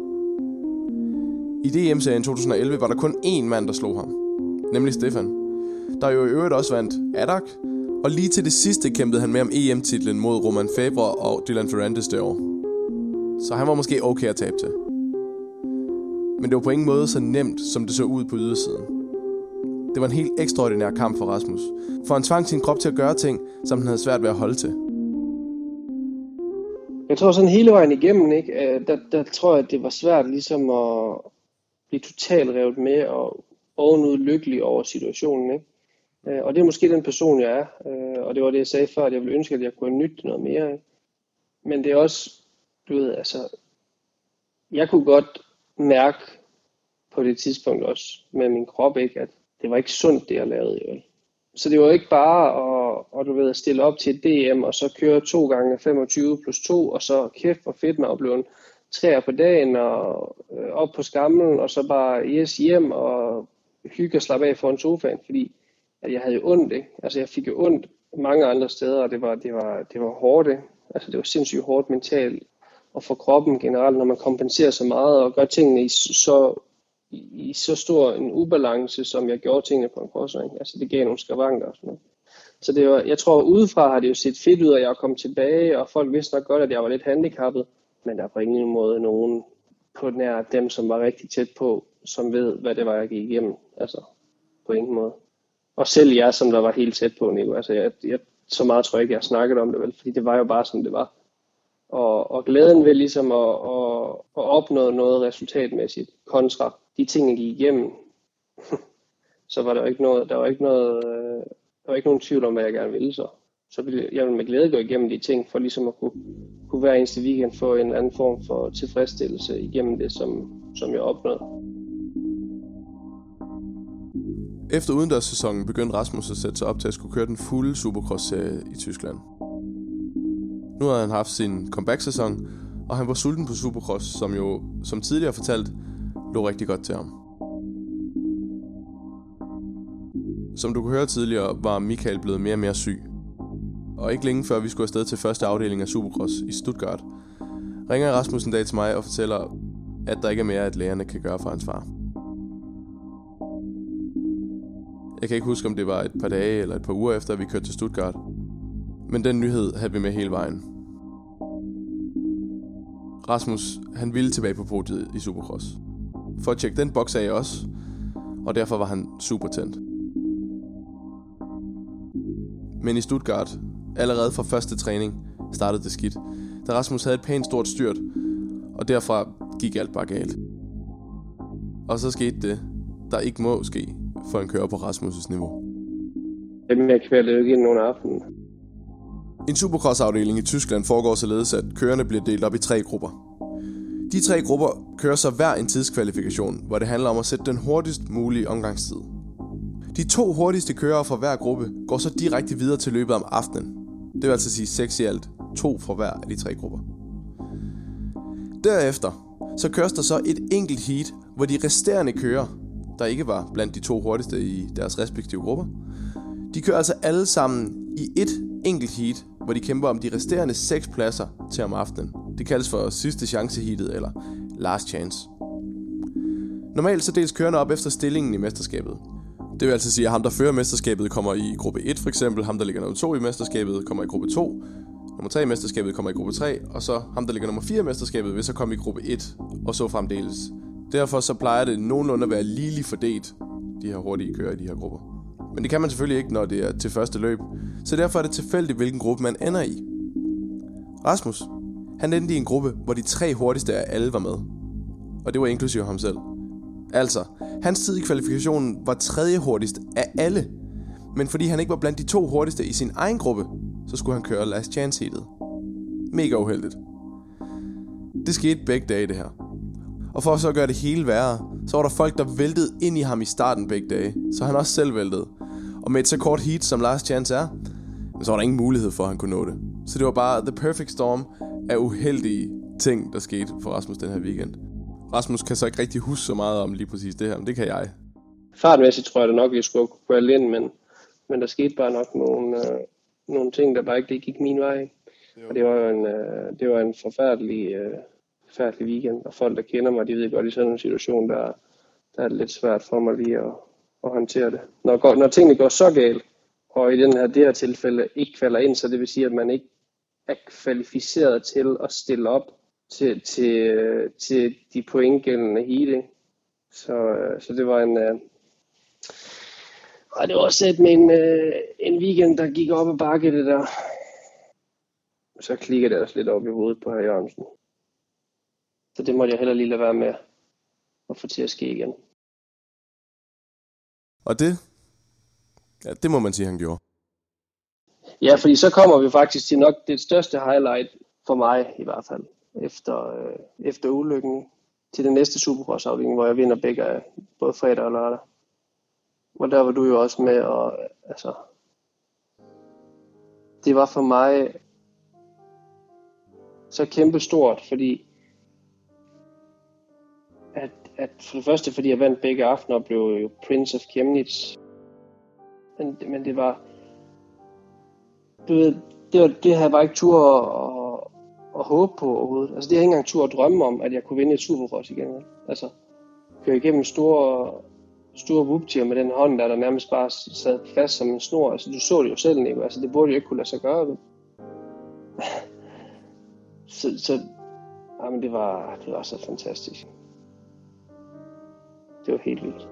I D M-serien to tusind og elleve var der kun én mand, der slog ham, nemlig Stefan, der jo i øvrigt også vandt Adak, og lige til det sidste kæmpede han med om E M-titlen mod Romain Febvre og Dylan Ferrandis det år. Så han var måske okay at tabe til. Men det var på ingen måde så nemt, som det så ud på ydersiden. Det var en helt ekstraordinær kamp for Rasmus, for han tvang sin krop til at gøre ting, som han havde svært ved at holde til. Jeg tror sådan hele vejen igennem, ikke, der, der tror jeg, at det var svært ligesom at blive totalt revet med og ovenud lykkelig over situationen, ikke? Og det er måske den person, jeg er, og det var det, jeg sagde før, at jeg ville ønske, at jeg kunne nytte noget mere, ikke? Men det er også, du ved, altså, jeg kunne godt mærke på det tidspunkt også med min krop, ikke, at det var ikke sundt, det jeg lavede, jo. Så det var ikke bare at, at du ved, at stille op til et D M, og så køre to gange femogtyve plus to, og så kæft hvor fedt med at blive en træer på dagen, og øh, op på skamlen, og så bare yes hjem, og hygge og slappe af foran sofaen, fordi at jeg havde jo ondt, ikke? Altså jeg fik jo ondt mange andre steder, og det var, det var, det var hårdt, ikke? Altså det var sindssygt hårdt mentalt, og for kroppen generelt, når man kompenserer så meget, og gør tingene i så, i, i så stor en ubalance, som jeg gjorde tingene på en crossring. Altså det gav nogle skavanker og sådan noget. Så det var, jeg tror, udefra har det jo set fedt ud, at jeg kom tilbage, og folk vidste nok godt, at jeg var lidt handicappet. Men der er på ingen måde nogen på nær dem, som var rigtig tæt på, som ved, hvad det var, jeg gik igennem. Altså på ingen måde. Og selv jeg, som der var helt tæt på, Nico. Altså jeg, jeg, så meget tror jeg ikke, jeg har snakket om det vel, fordi det var jo bare sådan, det var. Og, og glæden ved ligesom at, at, at opnå noget resultatmæssigt kontra de ting, jeg gik igennem, så var der jo ikke noget, der var ikke noget, der var ikke nogen tvivl om, hvad jeg gerne ville så. Så ville jeg med glæde gå igennem de ting, for ligesom at kunne, kunne hver eneste weekend få en anden form for tilfredsstillelse igennem det, som, som jeg opnåede. Efter udendørssæsonen begyndte Rasmus at sætte sig op til at skulle køre den fulde Supercross-serie i Tyskland. Nu har han haft sin comeback-sæson, og han var sulten på Supercross, som jo, som tidligere fortalt, lå rigtig godt til ham. Som du kunne høre tidligere, var Michael blevet mere og mere syg. Og ikke længe før vi skulle afsted til første afdeling af Supercross i Stuttgart, ringer Rasmus en dag til mig og fortæller, at der ikke er mere, at lægerne kan gøre for hans far. Jeg kan ikke huske, om det var et par dage eller et par uger efter, at vi kørte til Stuttgart. Men den nyhed havde vi med hele vejen. Rasmus, han ville tilbage på podiet i Supercross. For at tjekke den boks af også, og derfor var han super tændt. Men i Stuttgart, allerede fra første træning, startede det skidt. Da Rasmus havde et pænt stort styrt, og derfra gik alt bare galt. Og så skete det, der ikke må ske, for en kører på Rasmus' niveau. Jamen, jeg kvæler jo ikke ind nogen aften. En Supercross-afdeling i Tyskland foregår således, at kørerne bliver delt op i tre grupper. De tre grupper kører så hver en tidskvalifikation, hvor det handler om at sætte den hurtigst mulige omgangstid. De to hurtigste kørere fra hver gruppe går så direkte videre til løbet om aftenen. Det vil altså sige seks i alt, to fra hver af de tre grupper. Derefter så køres der så et enkelt heat, hvor de resterende kører, der ikke var blandt de to hurtigste i deres respektive grupper, de kører altså alle sammen i et enkelt heat, hvor de kæmper om de resterende seks pladser til om aftenen. Det kaldes for sidste chance heatet eller last chance. Normalt så deles kørerne op efter stillingen i mesterskabet. Det vil altså sige, at ham der fører mesterskabet kommer i gruppe et for eksempel, ham der ligger nummer to i mesterskabet kommer i gruppe to, nummer tre i mesterskabet kommer i gruppe tre, og så ham der ligger nummer fire i mesterskabet vil så komme i gruppe et, og så fremdeles. Derfor så plejer det nogenlunde at være ligeligt fordelt, de her hurtige kører i de her grupper. Men det kan man selvfølgelig ikke, når det er til første løb, så derfor er det tilfældigt, hvilken gruppe man ender i. Rasmus, han endte i en gruppe, hvor de tre hurtigste af alle var med. Og det var inklusive ham selv. Altså, hans tid i kvalifikationen var tredje hurtigst af alle. Men fordi han ikke var blandt de to hurtigste i sin egen gruppe, så skulle han køre last chance heatet. Mega uheldigt. Det skete begge dage det her. Og for så at gøre det hele værre, så var der folk, der væltede ind i ham i starten begge dage, så han også selv væltede. Og med et så kort heat, som last chance er, så var der ingen mulighed for, at han kunne nå det. Så det var bare the perfect storm af uheldige ting, der skete for Rasmus den her weekend. Rasmus kan så ikke rigtig huske så meget om lige præcis det her, men det kan jeg. Fartmæssigt tror jeg det nok, jeg skulle kunne gå ind, men, men der skete bare nok nogle, øh, nogle ting, der bare ikke gik min vej. Jo. Og det var jo en, øh, det var en forfærdelig... Øh, forfærdelig weekend, og folk, der kender mig, de ved godt, i sådan en situation, der, der er det lidt svært for mig lige at, at håndtere det. Når, når tingene går så galt, og i den her, det her tilfælde ikke falder ind, så det vil sige, at man ikke er kvalificeret til at stille op til, til, til de pointgældende heat. Så, så det var en... Øh, og det var også et med en, øh, en weekend, der gik op ad bakke det der. Så klikker det også lidt op i hovedet på hr. Jørgensen. Så det måtte jeg heller lige lade være med at få til at ske igen. Og det? Ja, det må man sige, han gjorde. Ja, fordi så kommer vi faktisk til nok det største highlight for mig i hvert fald. Efter, øh, efter ulykken til den næste Supercross-afdeling, hvor jeg vinder begge af både fredag og lørdag. Og der var du jo også med, og altså... Det var for mig så kæmpe stort, fordi... At, at for det første, fordi jeg vandt begge aftener og blev jo Prince of Chemnitz. Men, men det var... Du ved, det, var, det havde jeg bare ikke tur at, at, at håbe på overhovedet. Altså det havde jeg ikke engang tur at drømme om, at jeg kunne vinde et Supercross igen. Altså, køre igennem store, store whooptier med den hånd, der, der nærmest bare sad fast som en snor. Altså, du så det jo selv, ikke? Altså, det burde jo ikke kunne lade sig gøre. så, så jamen, det, var, det var så fantastisk. Det var helt vildt.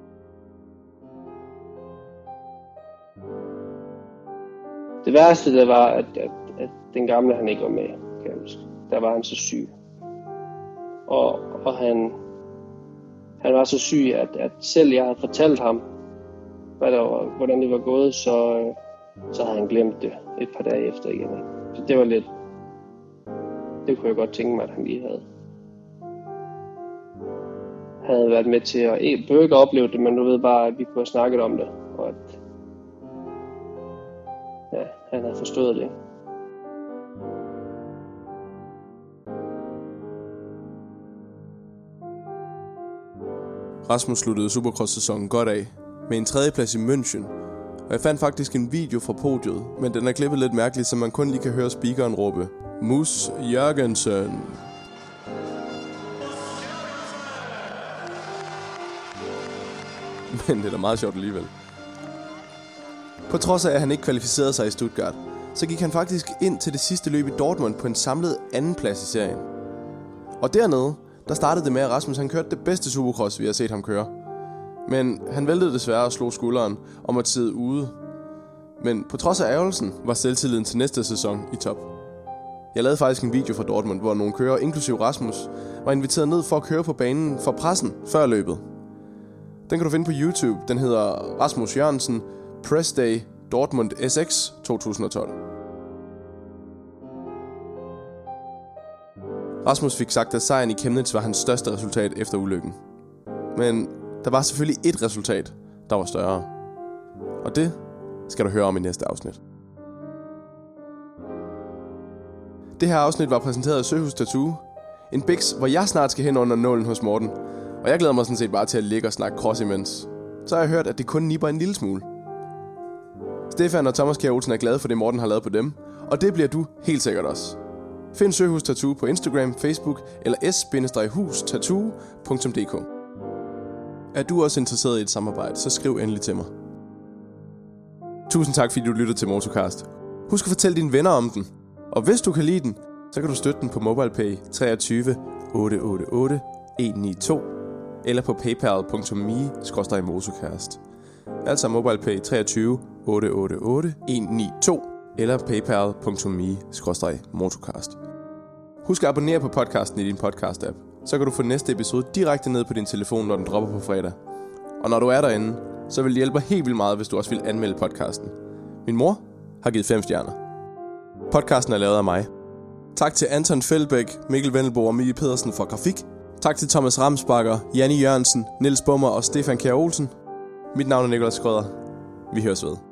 Det værste, det var, at, at, at den gamle, han ikke var med, kan jeg huske. Der var han så syg. Og, og han, han var så syg, at, at selv jeg havde fortalt ham, hvad der var, hvordan det var gået, så, så havde han glemt det et par dage efter igen. Så det var lidt, det kunne jeg godt tænke mig, at han lige havde, havde været med til at, jeg behøver ikke at opleve det, men du ved bare, at vi kunne have snakket om det, og at ja, han havde forstået det. Rasmus sluttede Supercross-sæsonen godt af med en tredjeplads i München, og jeg fandt faktisk en video fra podiet, men den er klippet lidt mærkeligt, så man kun lige kan høre speakeren råbe Mus Jørgensen. Men det er da meget sjovt alligevel. På trods af, at han ikke kvalificerede sig i Stuttgart, så gik han faktisk ind til det sidste løb i Dortmund på en samlet anden plads i serien. Og dernede, der startede det med, at Rasmus han kørte det bedste Supercross, vi har set ham køre. Men han væltede desværre og slog skulderen om at sidde ude. Men på trods af ærgelsen, var selvtilliden til næste sæson i top. Jeg lavede faktisk en video fra Dortmund, hvor nogle kører, inklusive Rasmus, var inviteret ned for at køre på banen for pressen før løbet. Den kan du finde på YouTube. Den hedder Rasmus Jørgensen Press Day Dortmund S X to tusind og tolv. Rasmus fik sagt, at sejren i Chemnitz var hans største resultat efter ulykken. Men der var selvfølgelig ét resultat, der var større. Og det skal du høre om i næste afsnit. Det her afsnit var præsenteret af Søhus Tattoo. En biks, hvor jeg snart skal hen under nålen hos Morten. Og jeg glæder mig sådan set bare til at ligge og snakke cross imens. Så har jeg hørt, at det kun nipper en lille smule. Stefan og Thomas Kjær Olsen er glade for det, Morten har lavet på dem. Og det bliver du helt sikkert også. Find Søhus Tattoo på Instagram, Facebook eller s bindestreg hus tattoo punktum d k. Er du også interesseret i et samarbejde, så skriv endelig til mig. Tusind tak, fordi du lyttede til Motocast. Husk at fortælle dine venner om den. Og hvis du kan lide den, så kan du støtte den på MobilePay treogtyve otte otte otte en ni to eller på paypal punktum me skråstreg motocast. Altså MobilePay treogtyve otte otte otte en ni to eller paypal punktum me skråstreg motocast. Husk at abonnere på podcasten i din podcast-app. Så kan du få næste episode direkte ned på din telefon, når den dropper på fredag. Og når du er derinde, så vil det hjælpe helt vildt meget, hvis du også vil anmelde podcasten. Min mor har givet fem stjerner. Podcasten er lavet af mig. Tak til Anton Feldbæk, Mikkel Vendelbo og Mie Pedersen for grafik. Tak til Thomas Ramsbakker, Janni Jørgensen, Niels Bummer og Stefan Kjær Olsen. Mit navn er Nicolas Schrøder. Vi høres ved.